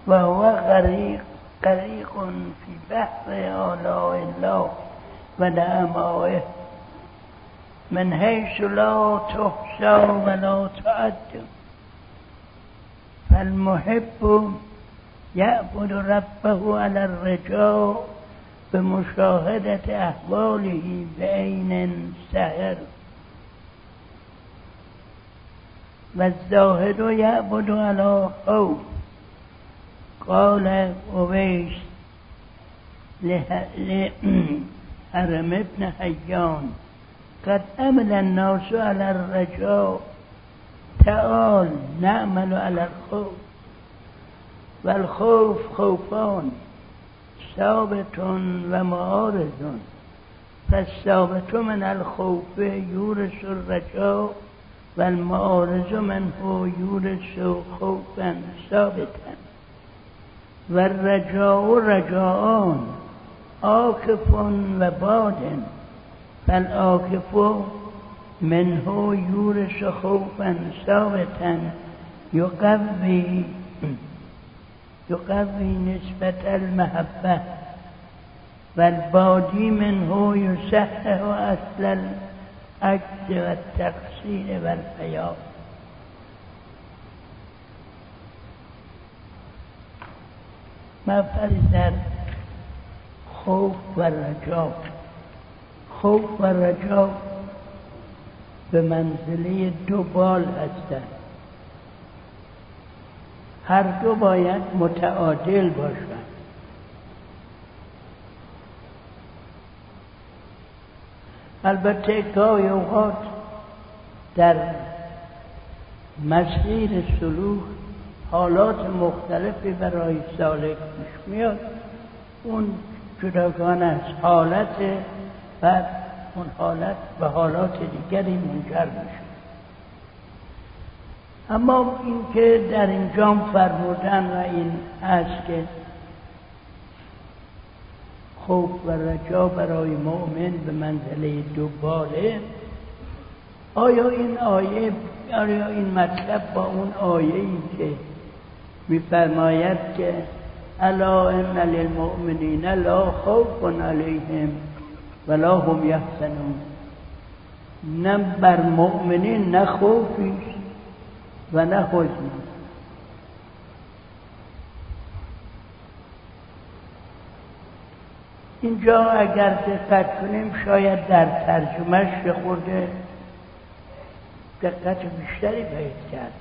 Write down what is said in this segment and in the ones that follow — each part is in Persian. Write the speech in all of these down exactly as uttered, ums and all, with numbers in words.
و هو غریق غریق فی بحر آلاء الله و نعمائه من حیث لا تحصی و لا تعد. فالمحب یعبد ربه علی الرجاء بمشاهدة احواله بعین سهر و الزاهد یعبد علی خوف. قال اویس لحرم ابن حیان قد عمل الناس على الرجاء تعال نعمل على الخوف والخوف خوفان ثابت و معارض فالثابت من الخوف یورث الرجاء والمعارض منه یورث خوفا ثابتا والرجاء رجاءان عاکف و بادن فالعاکف منه یورث خوفا ثابتا یقوی یقوی نسبت المحبه والبادی منه یصحح اصل العجز و التقصیر و الحیا. مبحث در خوف و رجا. خوف و رجا به منزله دو بال هستند، هر دو باید متعادل باشند. البته گاهی اوقات در مسیر سلوک حالات مختلفی برای سالک پیش میاد، اون جداگانه است. حالت بعد اون حالت به حالات دیگری منجر میشه. اما این که در اینجا فرمودن و این است که خوف و رجا برای مؤمن به منزله دو باله، آیا این آیه آیا این مطلب با اون آیه‌ای که می‌فرماید که الا ان للمؤمنین لا خوف علیهم ولا هم یحزنون، نه بر مؤمنین نه خوفی و نه حزن. اینجا اگر دقت کنیم شاید در ترجمهش یه خورده دقت بیشتری باید کرد.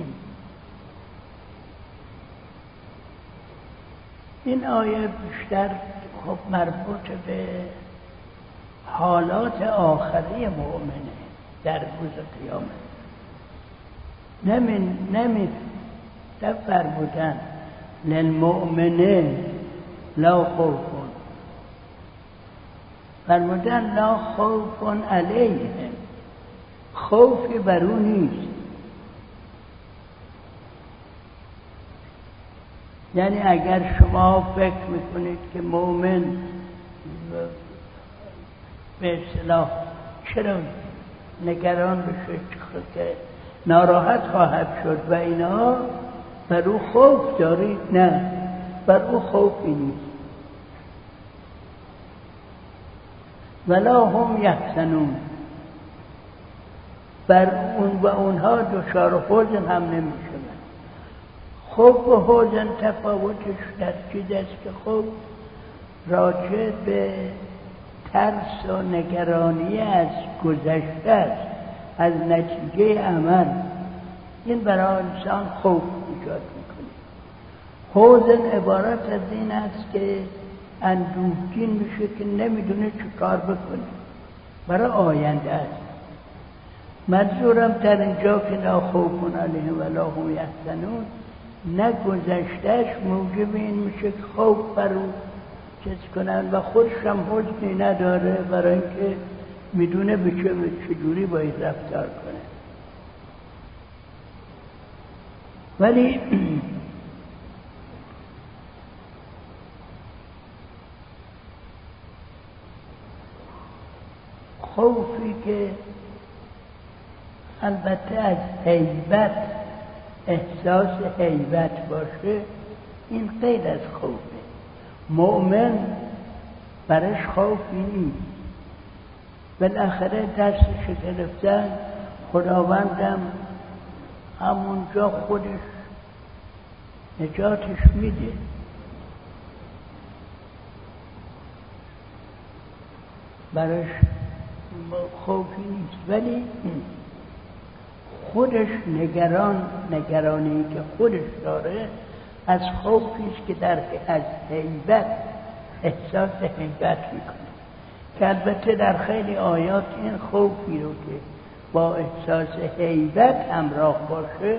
این آیه بیشتر خب مربوط به حالات آخری مؤمنه در روز قیامت. نمی نمی فرمودن للمؤمنین لا خوف، فرمودن لا خوف علیهم، خوفی بر او نیست. یعنی اگر شما فکر میکنید که مؤمن به اصطلاح چرا نگران بشه که ناراحت خواهد شد و اینا، بر او خوف دارید؟ نه، بر او خوفی نیست. ولا هم یحزنون، بر اون و اونها دچار حزن هم نمیشن. خوف و حزن تفاوتش در چیز است که خوف راجع به ترس و نگرانی از گذشته است، از نتیجه عمل. این برای انسان خوف ایجاد میکنه. حزن عبارت از این است که اندوهگین میشه که نمیدونه چه کار بکنه، برای آینده است. منظورم در اینجا که لا خوف علیهم ولا هم یحزنون، نه گذشتهش موجب این میشه که خوف بر او چیز کنن و خودش هم حزنی نداره، برای اینکه میدونه به چه چجوری باید رفتار کنه. ولی خوفی که البته از هیبت، احساس هیبت باشه، این غیر از خوفه. مؤمن برش خوفی نیست، بالاخره دستش گرفتن، خداوندم همونجا خودش نجاتش میده. برش خوفی نیست، ولی خودش نگران نگرانی که خودش داره از خوفیست که در از هیبت احساس هیبت میکنه، که البته در خیلی آیات این خوفی رو که با احساس هیبت همراه باشه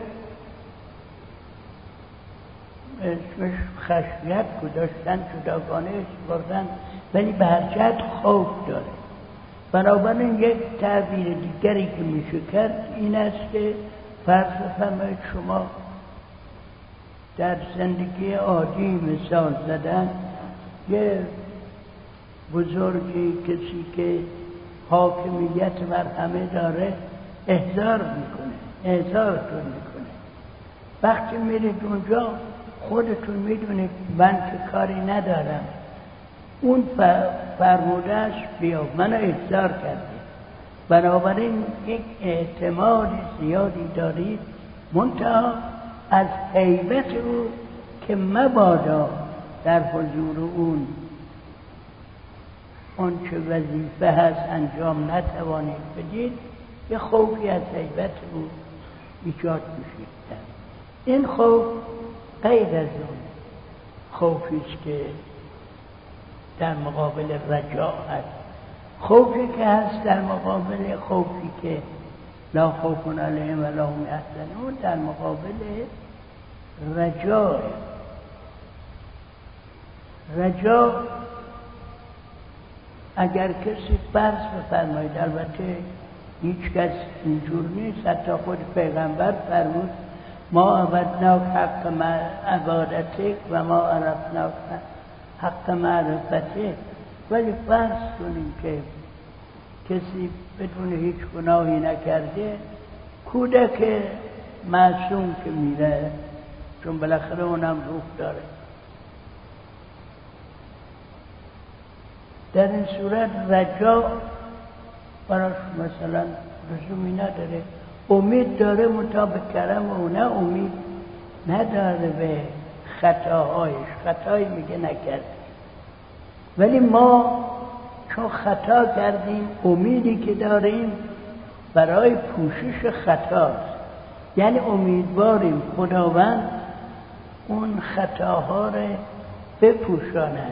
اسمش خشیت گذاشتن، جداگانه اسپردن، ولی به هر جهت خوف داره. بنابراین یک تعبیر دیگری که میشه کرد این است که فرض بفرمایید شما در زندگی عادی مثال زدن یه بزرگی، کسی که حاکمیت بر همه داره احضار میکنه، احضارتون میکنه. وقتی میرید اونجا خودتون میدونید من که کاری ندارم، اون فرمودهش بیا منو احضار کرده، بنابراین یک اعتماد زیادی دارید، منتها از هیبت او که مبادا در حضور اون اون چه وظیفه هست انجام نتوانید بدید، یه خوفی از هیبت او ایجاد میشه. این خوف غیر از اون خوفی است که در مقابل رجاء هست. خوفی که هست در مقابل خوفی که لا خوف علیهم ولا هم یحزنون، در مقابل رجاء. رجاء اگر کسی فرض بفرمایید، البته هیچ کس اینجور نیست، حتی خود پیغمبر فرمود ما عبدناک حق عبادتک و ما عرفناک حق معرفتک. ولی فرض کنیم که کسی بدون هیچ گناهی نکرده، کودک معصوم که میره، چون بالاخره اونم روح داره، در این صورت رجا براش مثلا لزومی نداره، امید داره منتها به کرم اونه، امید نداره به خطاهایش، خطایی میگه نکرد. ولی ما چون خطا کردیم، امیدی که داریم برای پوشش خطاست، یعنی امیدواریم خداوند اون خطاها رو بپوشاند.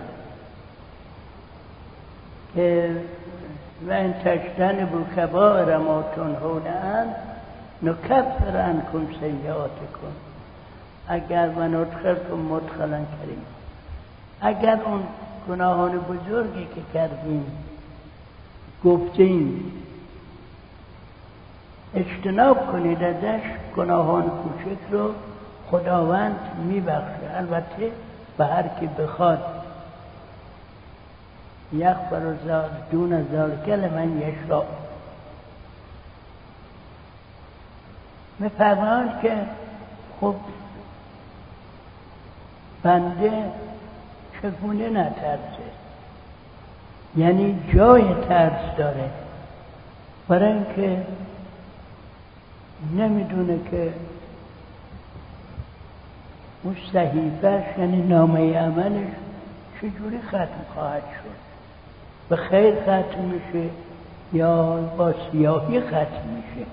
که و این تجتنبوا کبائر ما تنهون عنه نکفر عنکم سیئاتکم اگر و ندخلکم مدخلا کریم. اگر اون گناهان بزرگی که کردیم گفتیم اجتناب کنید ازش، گناهان کوچک رو خداوند میبخشه. البته به هر کی بخواد، یغفر دون ذلک لمن یشاء. میفرمایند که خب بنده چگونه نترسه، یعنی جای ترس داره، برای اینکه نمیدونه که اون صحیفه‌اش یعنی نامه عملش چجوری ختم خواهد شد، به خیر ختم میشه یا با سیاهی ختم میشه.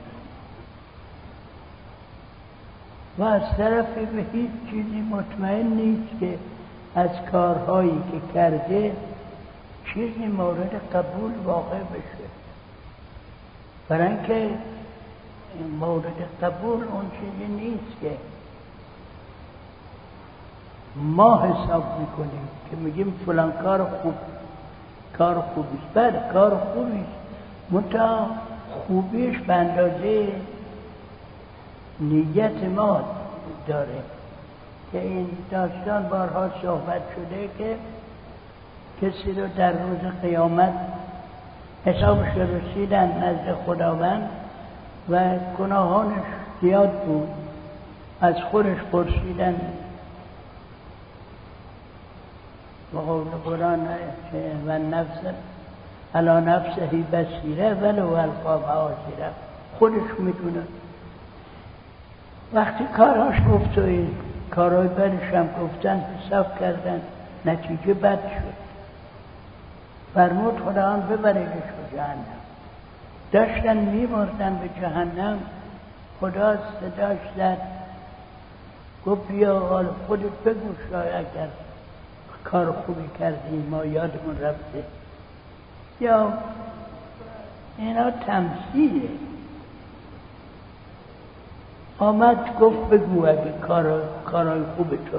و از طرفی به هیچ چیزی مطمئن نیست که از کارهایی که کرده چیزی مورد قبول واقع بشه، برای اینکه مورد قبول اون چیزی نیست که ما حساب میکنیم که میگیم فلان کار خوب کار خوبیست. بله کار خوبیست، منتها خوبیش به اندازه نیت ما داره. که این داستان بارها صحبت شده که کسی رو در روز قیامت حسابش رسیدن نزد خداوند و گناهانش زیاد بود، از خودش پرسیدن و قول قرآن و نفس علی نفسه بصیره ولو القی معاذیره، خودش میدونه. وقتی کاراش گفت و کارهای بدش هم گفتن حساب کردن، نتیجه بد شد، فرمود خداوند ببریدش به جهنم. داشتن میبردن به جهنم، خدا صداش زد گفت بیا حال خودت بگو، شاید اگر کار خوبی کردی ما یادمون رفته. یا اینا تمثیله. آمد گفت بگو اگه کار کارای خوب تو.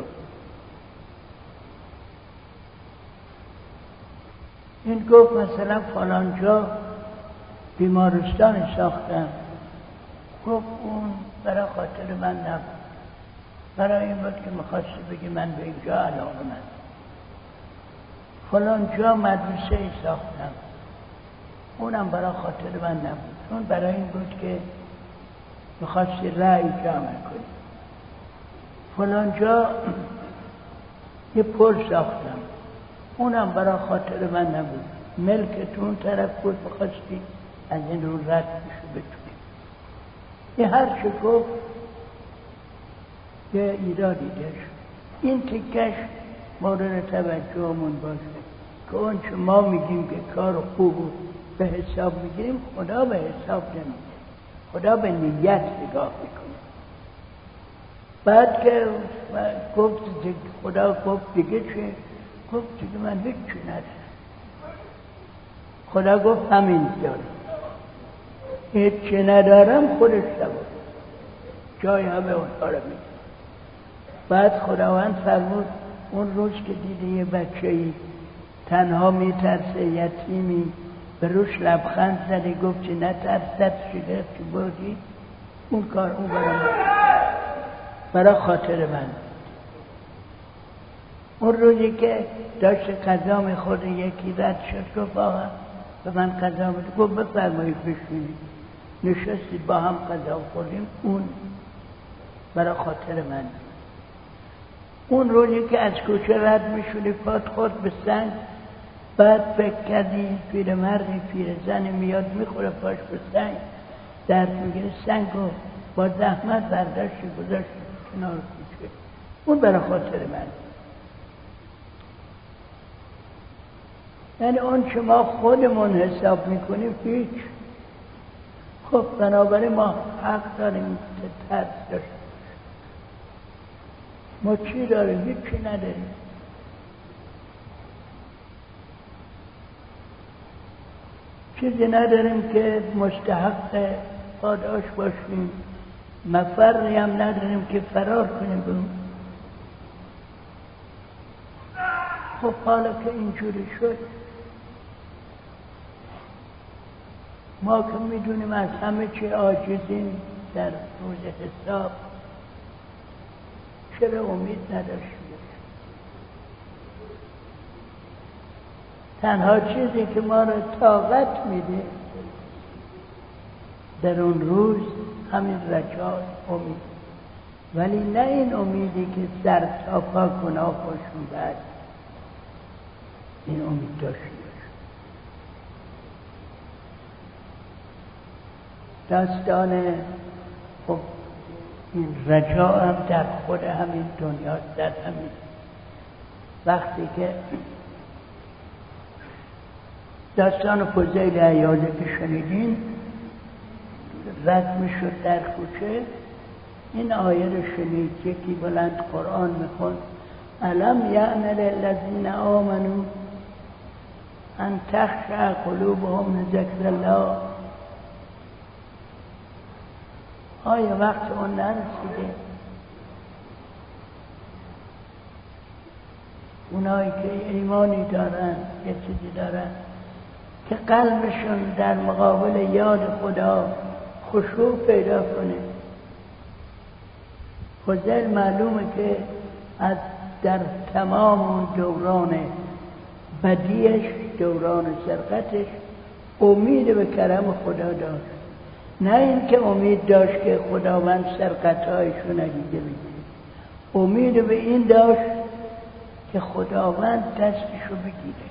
این گفت مثلا فلان جا بیمارستان ساختم، گفت اون برای خاطر من نبود، برای این بود که میخواستی بگی من به اینجا علاقه من. فلان جا مدرسه ای ساختم، اونم برای خاطر من نبود، اون برای این بود که میخواستی رأی جمع کنی. فلان جا یه پل ساختم، اونم برای خاطر من نبود، ملکتون طرف بود، میخواستی از این رو رد بشو بتونی. یه هر چه گفت یه ایرادی داشت. این تکش مورد توجهمون باشه که اون چه ما میگیم که کار خوب به حساب میگیریم، خدا به حساب نمیگیره، خدا به نیت نگاه میکنه. بعد که گفت خدا گفت دیگه چه؟ گفت دیگه من هیچ چی ندارم. خدا گفت همین دارم، هیچ چی ندارم، خودش سبب جای همه اونها رو میده. بعد خداوند فرمود اون روز که دیده یه بچه‌ای تنها میترسه، یتیمی، به روش لبخند زده، گفت چه نترس، دستش گرفت که بردی، اون کار اون برای من، برای خاطر من. اون روزی که داشت غذا میخورد یکی رد شد، گفت آقا به من غذا میده، گفت بفرمایید بشینید. نشستید با هم غذا خوردیم، اون برای خاطر من. اون روزی که از کوچه رد میشونی پات خورد به سنگ، بعد فکر کردی پیر مردی پیر زن میاد میخوره پاش به سنگ، درد میگیره، سنگ رو با زحمت برداشتی گذاشتی کنار کوچه، اون برای خاطر من. یعنی اون که ما خودمون حساب میکنیم هیچ. خب بنابراین ما حق داریم که ترس داشت. ما چی داریم؟ هیچی نداریم. چیزی نداریم که مستحق پاداش باشیم، مفری هم نداریم که فرار کنیم به اون. خب حالا که اینجوری شد، ما که میدونیم از همه چی عاجزیم در روز حساب، چرا امید نداشتیم؟ تنها چیزی که ما رو طاقت میده در اون روز همین رجا، امید. ولی نه این امیدی که سر تا پا گناه باشون بعد این امید داشته داستان. خب این رجا هم در خود همین دنیا، در همین وقتی که داستان فضیل عیاضی که شنیدین رد میشد در کوچه، این آیه رو شنید، یکی بلند قرآن میخوند الم یعن للذین آمنوا ان تخشع قلوبهم لذکر الله. آیا وقت اون نرسیده اونایی که ایمانی دارن، یه چیزی دارن، که قلبشون در مقابل یاد خدا خشوع پیدا کنه؟ فضل معلومه که از در تمام اون دوران بدیش، دوران سرقتش، امید به کرم خدا داشت. نه این که امید داشت که خداوند سرقت‌هایشون رو دیده بگیره، امید به این داشت که خداوند دستشو بگیره.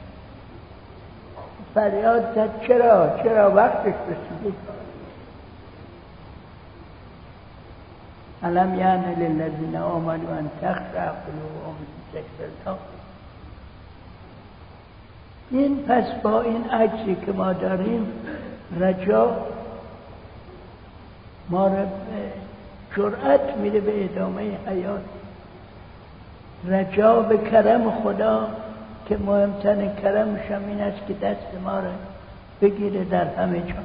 فریاد زد چرا چرا وقتش رسیده. الم یعن للذین آمنوا ان تخشع قلوبهم لذکر الله. این پس با این عجزی که ما داریم رجا ما را جرأت میده به ادامه حیات. رجا به کرم خدا که مهمترین کرمش هم این است که دست ما را بگیره در همه جا.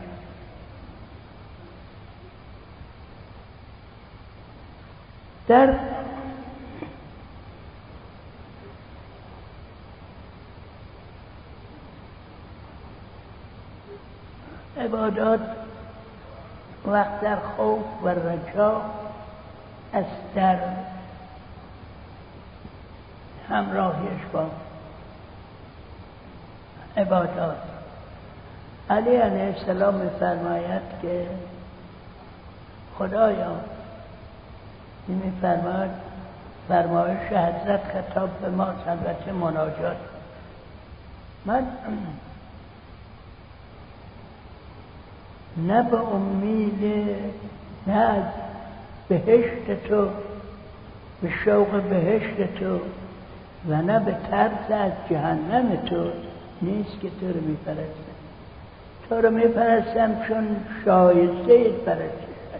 در عبادات وقت در خوف و رجا از در همراهیش با عبادات. علی علیه السلام می‌فرماید که خدایا، این می‌فرماید فرمایش حضرت خطاب به ما البته مناجات، من نه به امید نه از بهشت تو، به شوق بهشت تو و نه به ترس از جهنم تو نیست که تو رو میپرستم. تو رو میپرستم چون شایسته پرستش هست.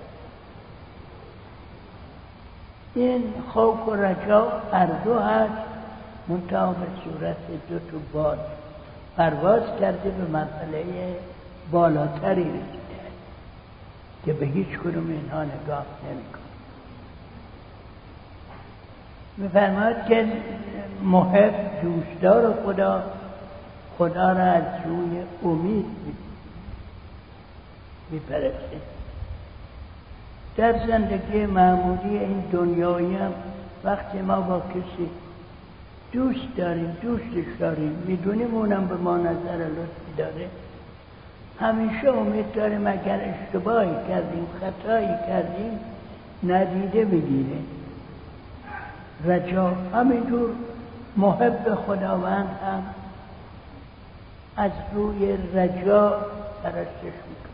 این خوف و رجا هر دو هست، منتها به صورت دو تو باد پرواز کرده به مرحله بالاتری رسیده که به هیچ کدوم اینها نگاه نمی‌کنه. می‌فرماید که محب دوستدار خدا خدا را از روی امید می‌پرسته. در زندگی معمولی این دنیایی هم وقتی ما با کسی دوست داریم دوستش داریم میدونیم اونم به ما نظر لطفی داره، همیشه امید داریم اگر اشتباهی کردیم خطایی کردیم ندیده بگیره. رجا همینجور محب خداوند هم از روی رجا پرستش میکنه.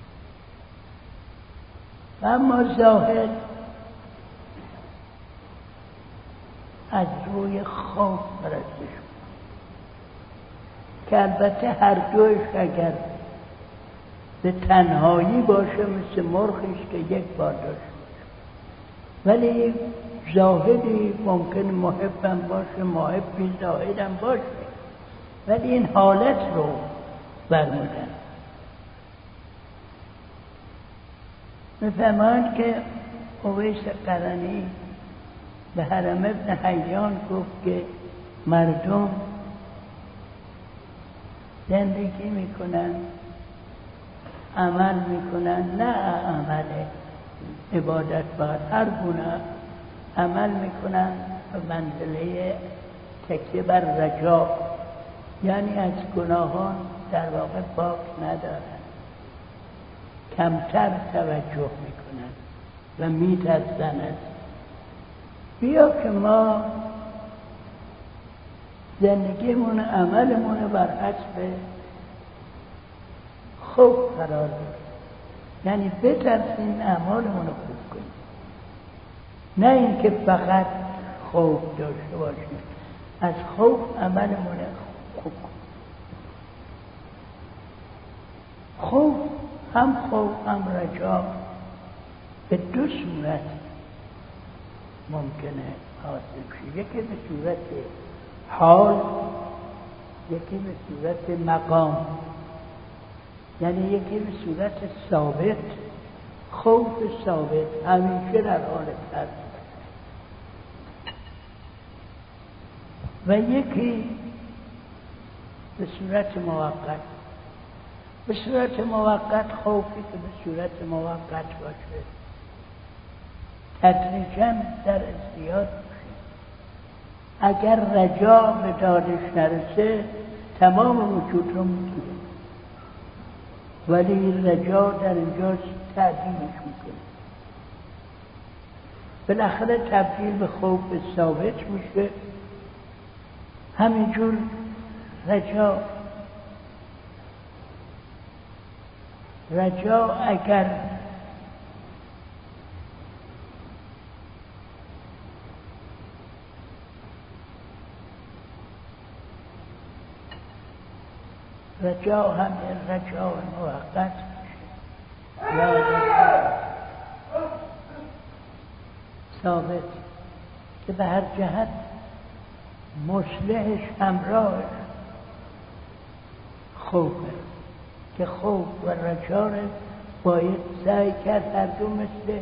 و اما زاهد از روی خوف پرستش میکنه که البته هر دوش اگر به تنهایی باشه مثل مرغیش که یک بار داشت، ولی زاهدی ممکن محبم باشه، محبی زاهدم باشه، ولی این حالت رو برمودن. میفهمند که اویس قرنی به هرم ابن حیان گفت که مردم زندگی میکنن، عمل میکنن، نه عمل عبادت باید هر گونه عمل میکنن به منزله تکیه بر رجا، یعنی از گناهان در واقع باک ندارن، کمتر توجه میکنن و میترسن از بیا که ما زندگیمون عملمون بر حسب خوف قرار بدیم، یعنی بترسیم اعمالمون رو خوب کنیم، نه اینکه فقط خوف داشته باشیم، از خوف عملمون خوب کنیم. خوف هم خوف هم رجا به دو صورت ممکنه حاصل بشه، یکی به صورت حال، یکی به صورت مقام، یعنی یکی به صورت ثابت، خوف ثابت همیشه در حال ترس، و یکی به صورت موقت. به صورت موقت خوفی که به صورت موقت باشه تدریجاً در ازدیاد باشه. اگر رجا به دادش نرسه تمام وجود رو میگیره، ولی رجا در اینجا تعدیلش میکنه، بالاخره تبدیل به خوف ثابت میشه همینجور رجا رجا اگر رجا هم رجا موقت میشه یا رجا ثابت که به هر جهت مصلحش همراهش خوبه که خوب و رجا رو باید سعی کرد هر دو مثل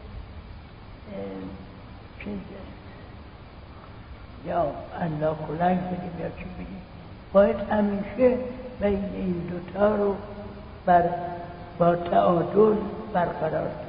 چیز یا الله کلنگ بگیم یا چی بگیم باید همیشه بین این دوتا رو بر با تعادل برقرار کرد.